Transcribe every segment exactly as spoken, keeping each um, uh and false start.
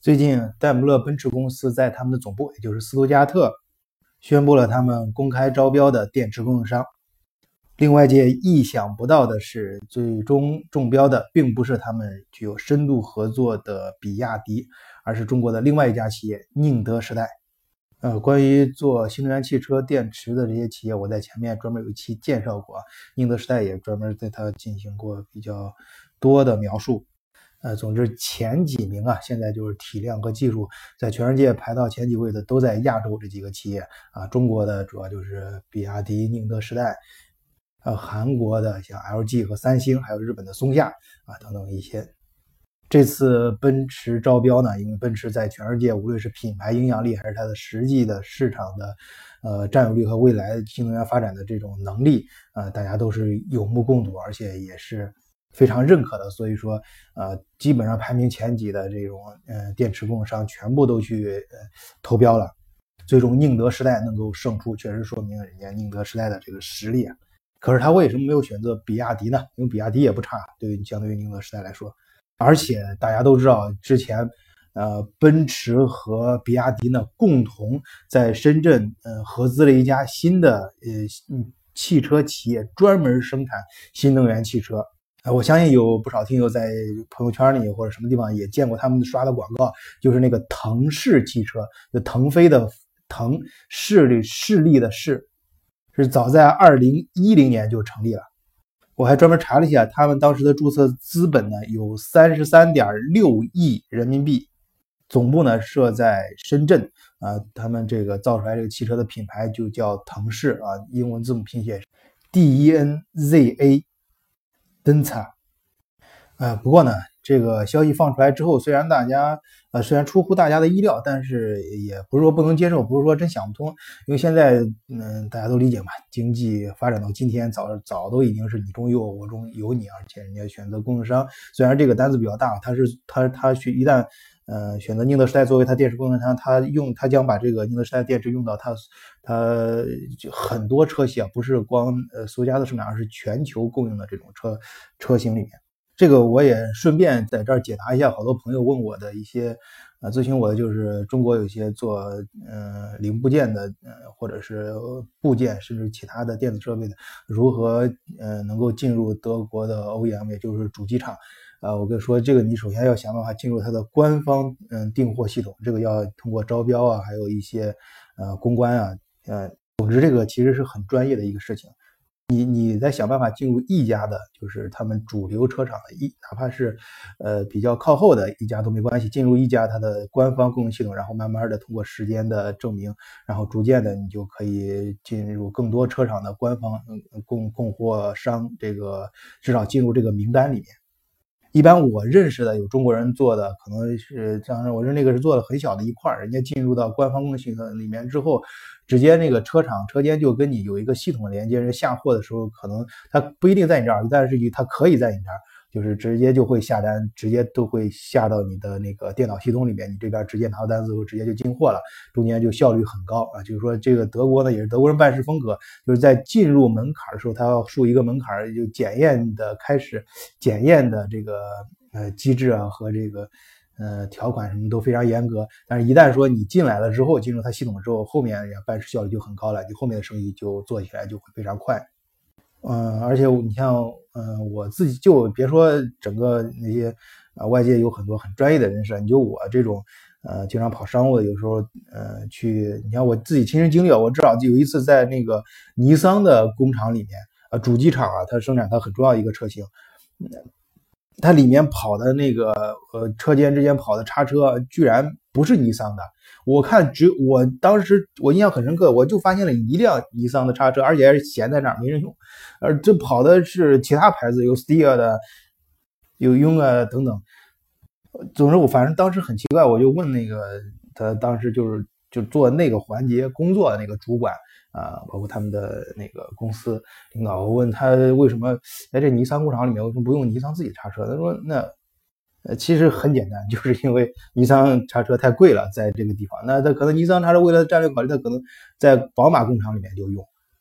最近，戴姆勒奔驰公司在他们的总部，也就是斯图加特，宣布了他们公开招标的电池供应商。令外界意想不到的是，最终中标的并不是他们具有深度合作的比亚迪，而是中国的另外一家企业宁德时代。呃，关于做新能源汽车电池的这些企业，我在前面专门有一期介绍过，宁德时代也专门对它进行过比较多的描述。呃，总之前几名啊，现在就是体量和技术在全世界排到前几位的都在亚洲这几个企业啊，中国的主要就是比亚迪、宁德时代，呃，韩国的像 L G 和三星，还有日本的松下啊等等一些。这次奔驰招标呢，因为奔驰在全世界无论是品牌影响力还是它的实际的市场的呃占有率和未来新能源发展的这种能力，呃，大家都是有目共睹，而且也是非常认可的，所以说，呃，基本上排名前几的这种呃电池供应商全部都去呃投标了，最终宁德时代能够胜出，确实说明人家宁德时代的这个实力啊。可是他为什么没有选择比亚迪呢？因为比亚迪也不差，对于相对于宁德时代来说，而且大家都知道，之前呃奔驰和比亚迪呢共同在深圳呃合资了一家新的呃汽车企业，专门生产新能源汽车。啊，我相信有不少听友在朋友圈里或者什么地方也见过他们刷的广告，就是那个腾势汽车，就腾飞的腾，势力势力的势，是早在二零一零年就成立了。我还专门查了一下，他们当时的注册资本呢有 三十三点六亿人民币，总部呢设在深圳啊，他们这个造出来这个汽车的品牌就叫腾势啊，英文字母拼写 D E N Z A。登采，呃，不过呢，这个消息放出来之后，虽然大家呃虽然出乎大家的意料，但是也不是说不能接受，不是说真想不通，因为现在嗯大家都理解嘛，经济发展到今天，早早都已经是你中有我，我中有你，而且人家选择供应商，虽然这个单子比较大，他是他他去一旦呃选择宁德时代作为他电池供应商，他用他将把这个宁德时代电池用到他他很多车系啊，不是光呃苏家的生产，而是全球供应的这种车车型里面。这个我也顺便在这儿解答一下好多朋友问我的一些呃咨询我的，就是中国有些做呃零部件的呃或者是部件甚至其他的电子设备的，如何呃能够进入德国的 O E M， 也就是主机厂。呃，我跟你说，这个你首先要想办法进入它的官方嗯订货系统，这个要通过招标啊，还有一些呃公关啊，呃，总之这个其实是很专业的一个事情。你你再想办法进入一家的，就是他们主流车厂的一，哪怕是呃比较靠后的一家都没关系，进入一家它的官方供应系统，然后慢慢的通过时间的证明，然后逐渐的你就可以进入更多车厂的官方供供货商，这个至少进入这个名单里面。一般我认识的有中国人做的，可能是像我认为那个是做的很小的一块，人家进入到官方供应系统里面之后，直接那个车厂车间就跟你有一个系统连接，人下货的时候可能他不一定在你这儿，但是他可以在你这儿，就是直接就会下单，直接都会下到你的那个电脑系统里面，你这边直接拿到单子之后直接就进货了，中间就效率很高啊。就是说这个德国呢也是德国人办事风格，就是在进入门槛的时候，他要树一个门槛，就检验的开始检验的这个呃机制啊和这个呃条款什么都非常严格，但是一旦说你进来了之后，进入他系统之后，后面也办事效率就很高了，你后面的生意就做起来就会非常快。嗯，而且你像嗯我自己就别说整个那些啊、呃、外界有很多很专业的人士，你就我这种呃经常跑商务的，有时候呃去，你看我自己亲身经历，我至少有一次在那个尼桑的工厂里面啊、呃、主机厂啊，它生产它很重要一个车型，它里面跑的那个呃车间之间跑的叉车居然不是尼桑的，我看只我当时我印象很深刻，我就发现了一辆尼桑的叉车，而且还是闲在那儿没人用，而这跑的是其他牌子，有 Steer 的，有用啊等等。总之我反正当时很奇怪，我就问那个他当时就是就做那个环节工作的那个主管啊，包括他们的那个公司领导，我问他为什么在这尼桑工厂里面为什么不用尼桑自己叉车？他说那呃其实很简单，就是因为尼桑叉车太贵了，在这个地方，那他可能尼桑叉车为了战略考虑，他可能在宝马工厂里面就用。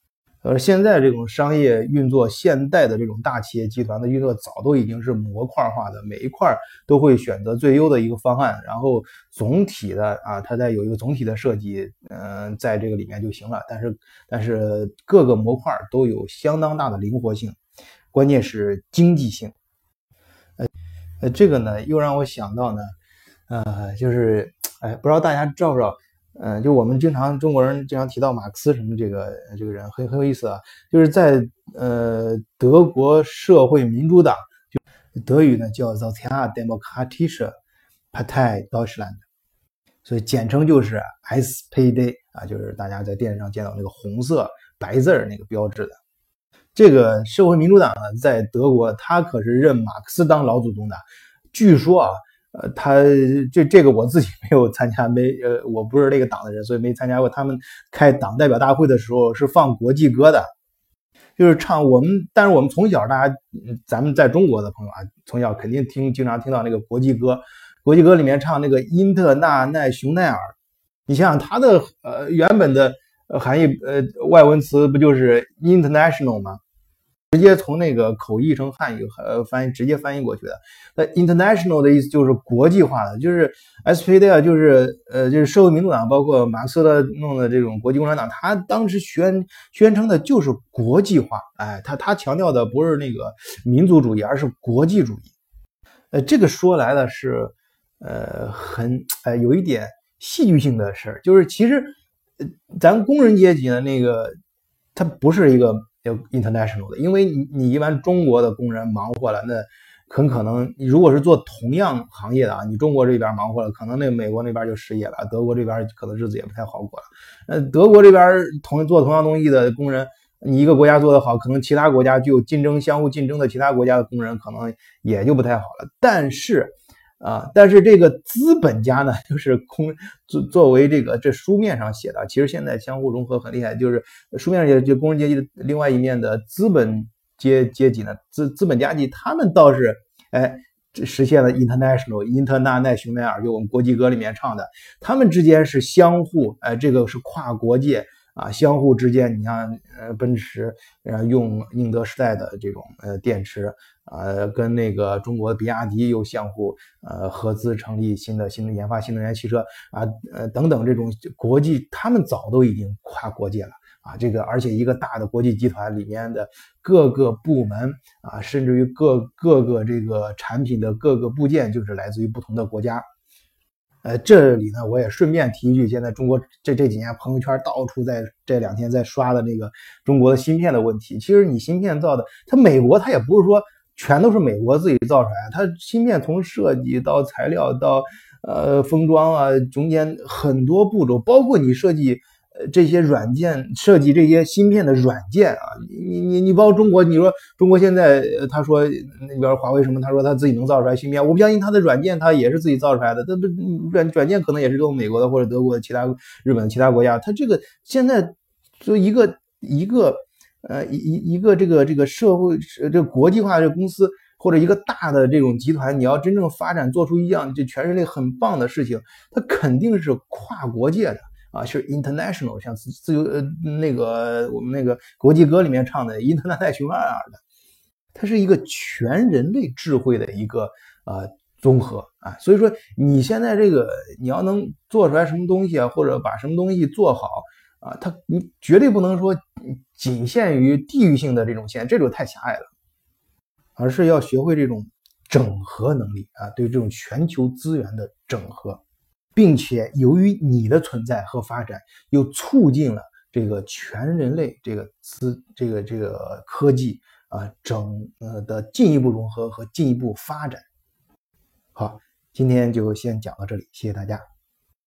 而现在这种商业运作，现代的这种大企业集团的运作，早都已经是模块化的，每一块都会选择最优的一个方案，然后总体的啊，它再有一个总体的设计，嗯、呃，在这个里面就行了。但是，但是各个模块都有相当大的灵活性，关键是经济性。呃，呃，这个呢，又让我想到呢，呃，就是，哎，不知道大家知不知道？嗯、呃，就我们经常中国人经常提到马克思什么这个这个人很很有意思啊，就是在呃德国社会民主党，就德语呢叫 Sozialdemokratische Partei Deutschland， 所以简称就是 S P D 啊，就是大家在电视上见到那个红色白字那个标志的。这个社会民主党呢，在德国他可是认马克思当老祖宗的，据说啊。呃，他这这个我自己没有参加，没呃，我不是那个党的人，所以没参加过。他们开党代表大会的时候是放国际歌的，就是唱我们，但是我们从小大家，咱们在中国的朋友啊，从小肯定听，经常听到那个国际歌，国际歌里面唱那个因特纳奈雄奈尔，你想想它的呃原本的含义，呃外文词不就是 international 吗？直接从那个口译成汉语呃翻译直接翻译过去的。那 international 的意思就是国际化的，就是 S P D 啊，就是呃就是社会民主党，包括马克思的弄的这种国际共产党，他当时宣宣称的就是国际化，哎，他他强调的不是那个民族主义，而是国际主义。呃，这个说来的是呃很呃有一点戏剧性的事儿，就是其实呃咱工人阶级的那个它不是一个international 的，因为你你一般中国的工人忙活了，那很可能你如果是做同样行业的啊，你中国这边忙活了，可能那美国那边就失业了，德国这边可能日子也不太好过了。呃，德国这边同做同样东西的工人，你一个国家做得好，可能其他国家具有竞争相互竞争的其他国家的工人可能也就不太好了。但是啊，但是这个资本家呢，就是空作作为这个这书面上写的，其实现在相互融合很厉害，就是书面上写就工人阶级的另外一面的资本阶阶级呢，资资本阶级他们倒是哎实现了 international 因特纳奈雄奈尔，就我们国际歌里面唱的，他们之间是相互哎这个是跨国界。啊，相互之间，你像呃奔驰，呃用宁德时代的这种呃电池，呃跟那个中国的比亚迪又相互呃合资成立新的新的研发新能源汽车啊，呃等等这种国际，他们早都已经跨国界了啊，这个而且一个大的国际集团里面的各个部门啊，甚至于各各个这个产品的各个部件，就是来自于不同的国家。呃，这里呢，我也顺便提一句，现在中国这这几年朋友圈到处在这两天在刷的那个中国的芯片的问题。其实你芯片造的，它美国它也不是说全都是美国自己造出来，它芯片从设计到材料到呃封装啊，中间很多步骤，包括你设计呃这些软件设计这些芯片的软件啊，你你你包括中国，你说中国现在他说那边华为什么，他说他自己能造出来芯片，我不相信他的软件他也是自己造出来的，他这软软件可能也是用美国的或者德国的其他日本的其他国家，他这个现在就一个一个呃一一个这个这个社会这个国际化的公司或者一个大的这种集团，你要真正发展做出一样这全人类很棒的事情，它肯定是跨国界的。啊，是 international， 像自自由呃那个我们那个国际歌里面唱的因特纳奈雄奈尔的，它是一个全人类智慧的一个呃综合啊，所以说你现在这个你要能做出来什么东西啊，或者把什么东西做好啊，它你绝对不能说仅限于地域性的这种限，这种太狭隘了，而是要学会这种整合能力啊，对这种全球资源的整合。并且由于你的存在和发展，又促进了这个全人类这个资这个这个科技啊整呃的进一步融合和进一步发展。好，今天就先讲到这里，谢谢大家。